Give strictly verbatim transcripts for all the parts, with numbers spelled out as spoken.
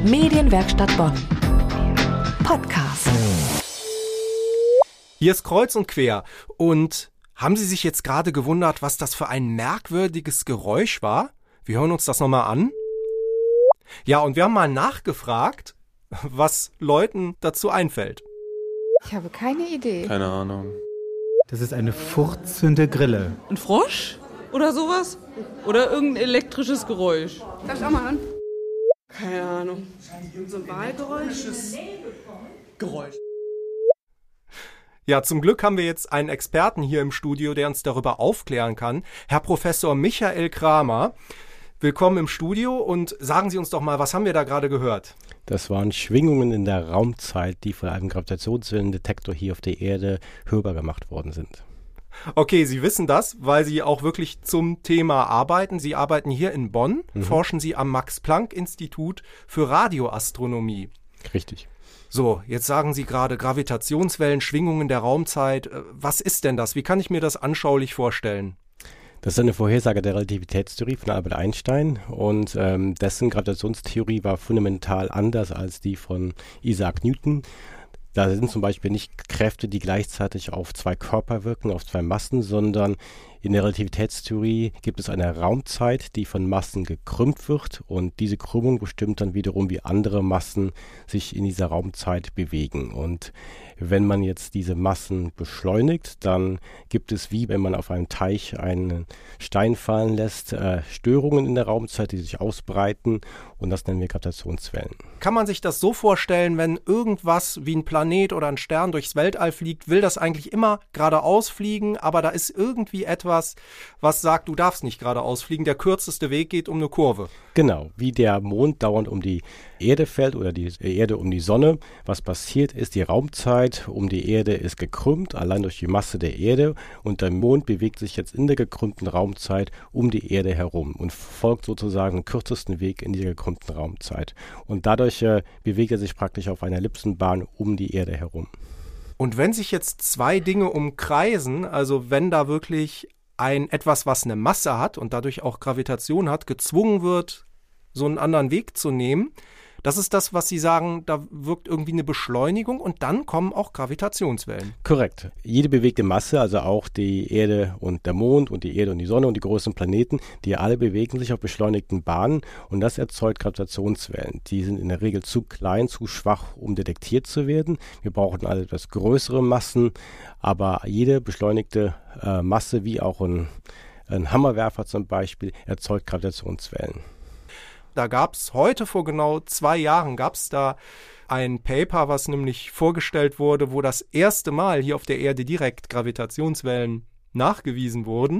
Medienwerkstatt Bonn. Podcast. Hier ist Kreuz und Quer. Und haben Sie sich jetzt gerade gewundert, was das für ein merkwürdiges Geräusch war? Wir hören uns das nochmal an. Ja, und wir haben mal nachgefragt, was Leuten dazu einfällt. Ich habe keine Idee. Keine Ahnung. Das ist eine furzende Grille. Ein Frosch oder sowas? Oder irgendein elektrisches Geräusch? Darf ich auch mal hören? Keine Ahnung. So ein Wahlgeräusch? Geräusch. Ja, zum Glück haben wir jetzt einen Experten hier im Studio, der uns darüber aufklären kann. Herr Professor Michael Kramer, willkommen im Studio und sagen Sie uns doch mal, was haben wir da gerade gehört? Das waren Schwingungen in der Raumzeit, die von einem Gravitationswellendetektor hier auf der Erde hörbar gemacht worden sind. Okay, Sie wissen das, weil Sie auch wirklich zum Thema arbeiten. Sie arbeiten hier in Bonn, mhm. forschen Sie am Max-Planck-Institut für Radioastronomie. Richtig. So, jetzt sagen Sie gerade Gravitationswellen, Schwingungen der Raumzeit. Was ist denn das? Wie kann ich mir das anschaulich vorstellen? Das ist eine Vorhersage der Relativitätstheorie von Albert Einstein und ähm, dessen Gravitationstheorie war fundamental anders als die von Isaac Newton. Da sind zum Beispiel nicht Kräfte, die gleichzeitig auf zwei Körper wirken, auf zwei Massen, sondern in der Relativitätstheorie gibt es eine Raumzeit, die von Massen gekrümmt wird und diese Krümmung bestimmt dann wiederum, wie andere Massen sich in dieser Raumzeit bewegen. Und wenn man jetzt diese Massen beschleunigt, dann gibt es, wie wenn man auf einem Teich einen Stein fallen lässt, äh, Störungen in der Raumzeit, die sich ausbreiten und das nennen wir Gravitationswellen. Kann man sich das so vorstellen, wenn irgendwas wie ein Planet oder ein Stern durchs Weltall fliegt, will das eigentlich immer geradeaus fliegen, aber da ist irgendwie etwas, was sagt, du darfst nicht geradeaus fliegen, der kürzeste Weg geht um eine Kurve. Genau, wie der Mond dauernd um die Erde fällt oder die Erde um die Sonne. Was passiert ist, die Raumzeit um die Erde ist gekrümmt, allein durch die Masse der Erde und der Mond bewegt sich jetzt in der gekrümmten Raumzeit um die Erde herum und folgt sozusagen den kürzesten Weg in dieser gekrümmten Raumzeit. Und dadurch äh, bewegt er sich praktisch auf einer Ellipsenbahn um die Erde herum. Und wenn sich jetzt zwei Dinge umkreisen, also wenn da wirklich ein etwas, was eine Masse hat und dadurch auch Gravitation hat, gezwungen wird, so einen anderen Weg zu nehmen, das ist das, was Sie sagen, da wirkt irgendwie eine Beschleunigung und dann kommen auch Gravitationswellen. Korrekt. Jede bewegte Masse, also auch die Erde und der Mond und die Erde und die Sonne und die großen Planeten, die alle bewegen sich auf beschleunigten Bahnen und das erzeugt Gravitationswellen. Die sind in der Regel zu klein, zu schwach, um detektiert zu werden. Wir brauchen also etwas größere Massen, aber jede beschleunigte äh, Masse, wie auch ein, ein Hammerwerfer zum Beispiel, erzeugt Gravitationswellen. Da gab es heute vor genau zwei Jahren gab es da ein Paper, was nämlich vorgestellt wurde, wo das erste Mal hier auf der Erde direkt Gravitationswellen nachgewiesen wurden.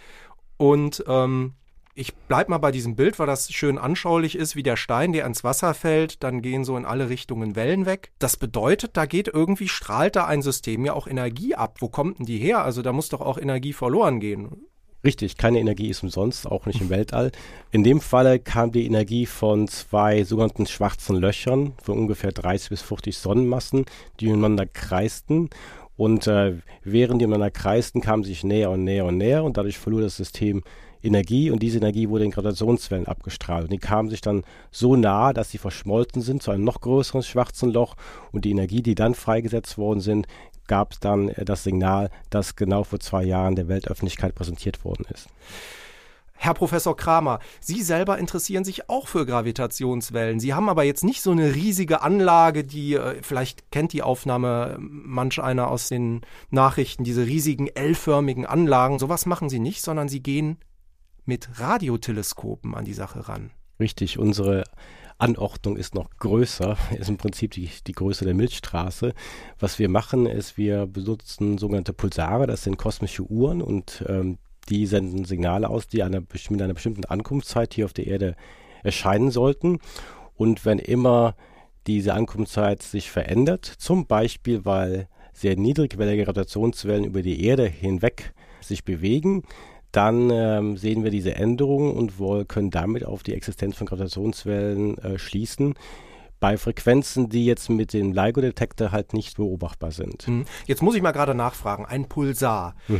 Und ähm, ich bleibe mal bei diesem Bild, weil das schön anschaulich ist, wie der Stein, der ins Wasser fällt, dann gehen so in alle Richtungen Wellen weg. Das bedeutet, da geht irgendwie, strahlt da ein System ja auch Energie ab. Wo kommt denn die her? Also da muss doch auch Energie verloren gehen. Richtig, keine Energie ist umsonst, auch nicht im Weltall. In dem Falle kam die Energie von zwei sogenannten schwarzen Löchern von ungefähr dreißig bis vierzig Sonnenmassen, die miteinander kreisten. Und äh, während die miteinander kreisten, kamen sie sich näher und näher und näher und dadurch verlor das System Energie und diese Energie wurde in Gravitationswellen abgestrahlt. Und die kamen sich dann so nah, dass sie verschmolzen sind zu einem noch größeren schwarzen Loch und die Energie, die dann freigesetzt worden sind, gab es dann das Signal, das genau vor zwei Jahren der Weltöffentlichkeit präsentiert worden ist. Herr Professor Kramer, Sie selber interessieren sich auch für Gravitationswellen. Sie haben aber jetzt nicht so eine riesige Anlage, die, vielleicht kennt die Aufnahme manch einer aus den Nachrichten, diese riesigen L-förmigen Anlagen. Sowas machen Sie nicht, sondern Sie gehen mit Radioteleskopen an die Sache ran. Richtig, unsere Anordnung ist noch größer, ist im Prinzip die, die Größe der Milchstraße. Was wir machen, ist, wir benutzen sogenannte Pulsare, das sind kosmische Uhren und ähm, die senden Signale aus, die eine, mit einer bestimmten Ankunftszeit hier auf der Erde erscheinen sollten. Und wenn immer diese Ankunftszeit sich verändert, zum Beispiel weil sehr niedrigwellige Gravitationswellen über die Erde hinweg sich bewegen, dann ähm, sehen wir diese Änderungen und wohl können damit auf die Existenz von Gravitationswellen äh, schließen. Bei Frequenzen, die jetzt mit dem LIGO-Detektor halt nicht beobachtbar sind. Jetzt muss ich mal gerade nachfragen, ein Pulsar. Mhm.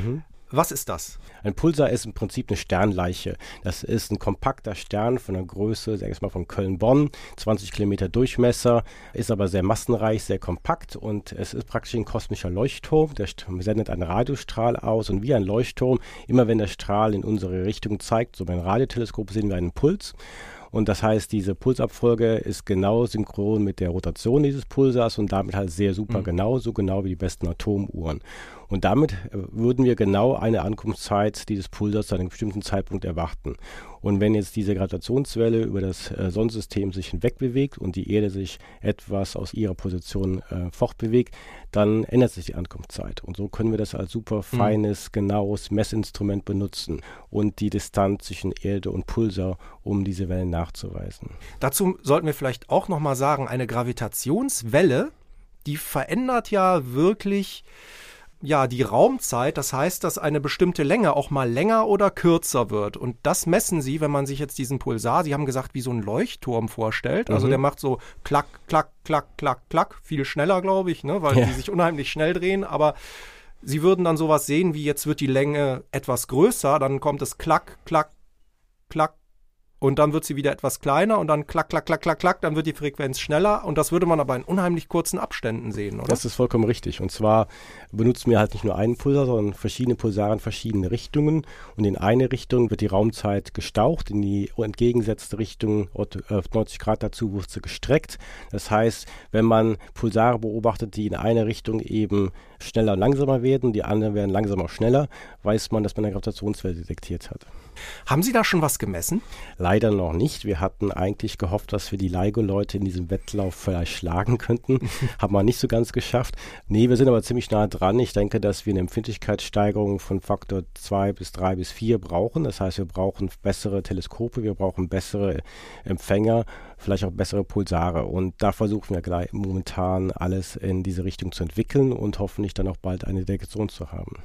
Was ist das? Ein Pulsar ist im Prinzip eine Sternleiche. Das ist ein kompakter Stern von der Größe, sag ich mal, von Köln-Bonn, zwanzig Kilometer Durchmesser, ist aber sehr massenreich, sehr kompakt und es ist praktisch ein kosmischer Leuchtturm. Der sendet einen Radiostrahl aus und wie ein Leuchtturm, immer wenn der Strahl in unsere Richtung zeigt, so beim Radioteleskop sehen wir einen Puls. Und das heißt, diese Pulsabfolge ist genau synchron mit der Rotation dieses Pulsars und damit halt sehr super mhm. genau, so genau wie die besten Atomuhren. Und damit äh, würden wir genau eine Ankunftszeit dieses Pulsars zu einem bestimmten Zeitpunkt erwarten. Und wenn jetzt diese Gravitationswelle über das äh, Sonnensystem sich hinwegbewegt und die Erde sich etwas aus ihrer Position äh, fortbewegt, dann ändert sich die Ankunftszeit. Und so können wir das als super feines, mhm. genaues Messinstrument benutzen und die Distanz zwischen Erde und Pulsar, um diese Wellen nachzuweisen. Dazu sollten wir vielleicht auch nochmal sagen, eine Gravitationswelle, die verändert ja wirklich ja, die Raumzeit. Das heißt, dass eine bestimmte Länge auch mal länger oder kürzer wird. Und das messen Sie, wenn man sich jetzt diesen Pulsar, Sie haben gesagt, wie so ein Leuchtturm vorstellt. Also mhm. der macht so klack, klack, klack, klack, klack. Viel schneller, glaube ich, ne? Weil ja. die sich unheimlich schnell drehen. Aber Sie würden dann sowas sehen, wie jetzt wird die Länge etwas größer. Dann kommt es klack, klack, klack. Und dann wird sie wieder etwas kleiner und dann klack, klack, klack, klack, klack, dann wird die Frequenz schneller und das würde man aber in unheimlich kurzen Abständen sehen, oder? Das ist vollkommen richtig. Und zwar benutzen wir halt nicht nur einen Pulsar, sondern verschiedene Pulsare in verschiedene Richtungen. Und in eine Richtung wird die Raumzeit gestaucht, in die entgegengesetzte Richtung auf neunzig Grad dazu wird sie gestreckt. Das heißt, wenn man Pulsare beobachtet, die in eine Richtung eben schneller und langsamer werden, die anderen werden langsamer schneller, weiß man, dass man eine Gravitationswelle detektiert hat. Haben Sie da schon was gemessen? Leider noch nicht. Wir hatten eigentlich gehofft, dass wir die LIGO-Leute in diesem Wettlauf vielleicht schlagen könnten. Haben wir nicht so ganz geschafft. Nee, wir sind aber ziemlich nah dran. Ich denke, dass wir eine Empfindlichkeitssteigerung von Faktor zwei bis drei bis vier brauchen. Das heißt, wir brauchen bessere Teleskope, wir brauchen bessere Empfänger, vielleicht auch bessere Pulsare. Und da versuchen wir gleich momentan alles in diese Richtung zu entwickeln und hoffentlich dann auch bald eine Detektion zu haben.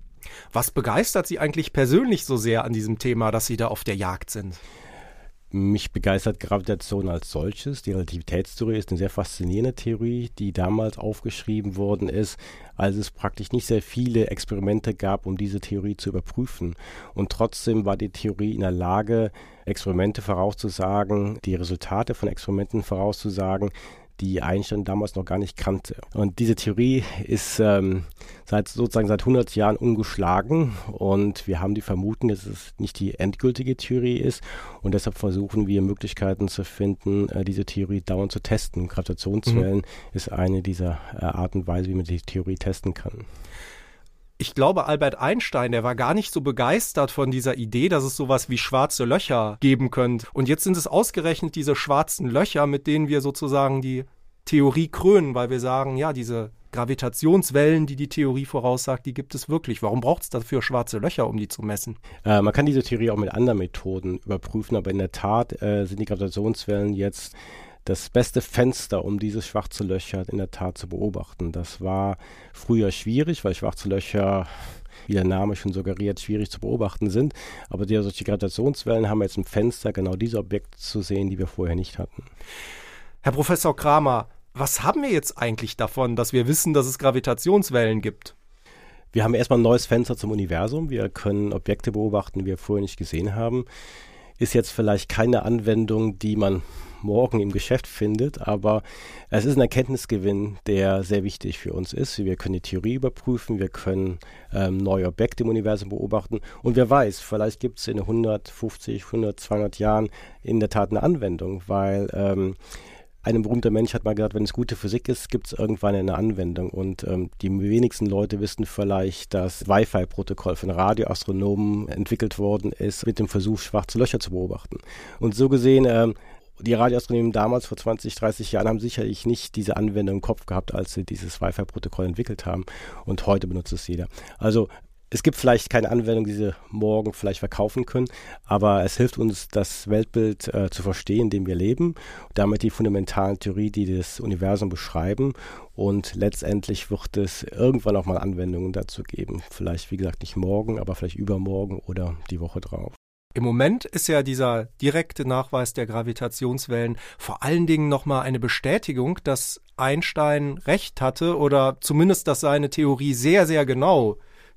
Was begeistert Sie eigentlich persönlich so sehr an diesem Thema, dass Sie da auf der Jagd sind? Mich begeistert Gravitation als solches. Die Relativitätstheorie ist eine sehr faszinierende Theorie, die damals aufgeschrieben worden ist, als es praktisch nicht sehr viele Experimente gab, um diese Theorie zu überprüfen. Und trotzdem war die Theorie in der Lage, Experimente vorauszusagen, die Resultate von Experimenten vorauszusagen, die Einstein damals noch gar nicht kannte. Und diese Theorie ist ähm, seit sozusagen seit hundert Jahren ungeschlagen und wir haben die Vermutung, dass es nicht die endgültige Theorie ist und deshalb versuchen wir Möglichkeiten zu finden, äh, diese Theorie dauernd zu testen. Gravitationswellen mhm. ist eine dieser äh, Art und Weise, wie man die Theorie testen kann. Ich glaube, Albert Einstein, der war gar nicht so begeistert von dieser Idee, dass es sowas wie schwarze Löcher geben könnte. Und jetzt sind es ausgerechnet diese schwarzen Löcher, mit denen wir sozusagen die Theorie krönen, weil wir sagen, ja, diese Gravitationswellen, die die Theorie voraussagt, die gibt es wirklich. Warum braucht es dafür schwarze Löcher, um die zu messen? Äh, man kann diese Theorie auch mit anderen Methoden überprüfen, aber in der Tat äh, sind die Gravitationswellen jetzt das beste Fenster, um diese schwarze Löcher in der Tat zu beobachten. Das war früher schwierig, weil schwarze Löcher, wie der Name schon suggeriert, schwierig zu beobachten sind. Aber die, solche Gravitationswellen haben jetzt im Fenster genau diese Objekte zu sehen, die wir vorher nicht hatten. Herr Professor Kramer, was haben wir jetzt eigentlich davon, dass wir wissen, dass es Gravitationswellen gibt? Wir haben erstmal ein neues Fenster zum Universum. Wir können Objekte beobachten, die wir vorher nicht gesehen haben. Ist jetzt vielleicht keine Anwendung, die man morgen im Geschäft findet, aber es ist ein Erkenntnisgewinn, der sehr wichtig für uns ist. Wir können die Theorie überprüfen, wir können ähm, neue Objekte im Universum beobachten und wer weiß, vielleicht gibt es in hundertfünfzig, hundert, zweihundert Jahren in der Tat eine Anwendung, weil ähm, ein berühmter Mensch hat mal gesagt, wenn es gute Physik ist, gibt es irgendwann eine Anwendung. Und ähm, die wenigsten Leute wissen vielleicht, dass Wi-Fi-Protokoll von Radioastronomen entwickelt worden ist, mit dem Versuch, schwarze Löcher zu beobachten. Und so gesehen, ähm, die Radioastronomen damals, vor zwanzig, dreißig Jahren, haben sicherlich nicht diese Anwendung im Kopf gehabt, als sie dieses Wi-Fi-Protokoll entwickelt haben. Und heute benutzt es jeder. Also es gibt vielleicht keine Anwendung, die sie morgen vielleicht verkaufen können, aber es hilft uns, das Weltbild äh, zu verstehen, in dem wir leben, damit die fundamentalen Theorien, die das Universum beschreiben und letztendlich wird es irgendwann auch mal Anwendungen dazu geben. Vielleicht, wie gesagt, nicht morgen, aber vielleicht übermorgen oder die Woche drauf. Im Moment ist ja dieser direkte Nachweis der Gravitationswellen vor allen Dingen nochmal eine Bestätigung, dass Einstein recht hatte oder zumindest, dass seine Theorie sehr, sehr genau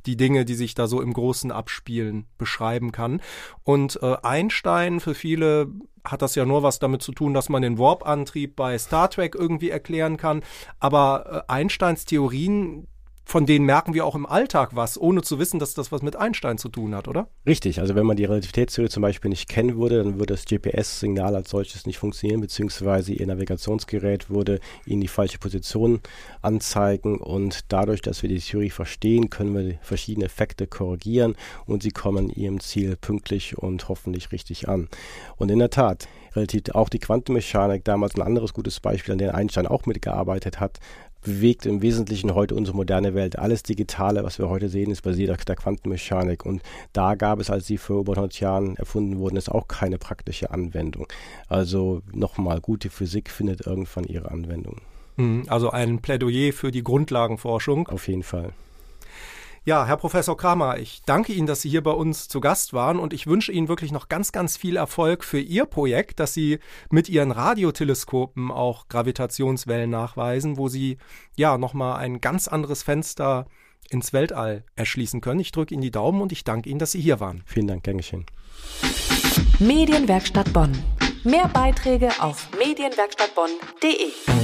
die Dinge, die sich da so im Großen abspielen, beschreiben kann. Und äh, Einstein, für viele hat das ja nur was damit zu tun, dass man den Warp-Antrieb bei Star Trek irgendwie erklären kann. Aber äh, Einsteins Theorien, von denen merken wir auch im Alltag was, ohne zu wissen, dass das was mit Einstein zu tun hat, oder? Richtig, also wenn man die Relativitätstheorie zum Beispiel nicht kennen würde, dann würde das G P S-Signal als solches nicht funktionieren, beziehungsweise Ihr Navigationsgerät würde Ihnen die falsche Position anzeigen und dadurch, dass wir die Theorie verstehen, können wir verschiedene Effekte korrigieren und sie kommen Ihrem Ziel pünktlich und hoffentlich richtig an. Und in der Tat, relativ auch die Quantenmechanik, damals ein anderes gutes Beispiel, an dem Einstein auch mitgearbeitet hat, bewegt im Wesentlichen heute unsere moderne Welt. Alles Digitale, was wir heute sehen, ist basiert auf der Quantenmechanik. Und da gab es, als sie vor über hundert Jahren erfunden wurden, ist auch keine praktische Anwendung. Also nochmal, gute Physik findet irgendwann ihre Anwendung. Also ein Plädoyer für die Grundlagenforschung. Auf jeden Fall. Ja, Herr Professor Kramer, ich danke Ihnen, dass Sie hier bei uns zu Gast waren und ich wünsche Ihnen wirklich noch ganz, ganz viel Erfolg für Ihr Projekt, dass Sie mit Ihren Radioteleskopen auch Gravitationswellen nachweisen, wo Sie ja nochmal ein ganz anderes Fenster ins Weltall erschließen können. Ich drücke Ihnen die Daumen und ich danke Ihnen, dass Sie hier waren. Vielen Dank, gern geschehen. Medienwerkstatt Bonn. Mehr Beiträge auf medienwerkstattbonn punkt de.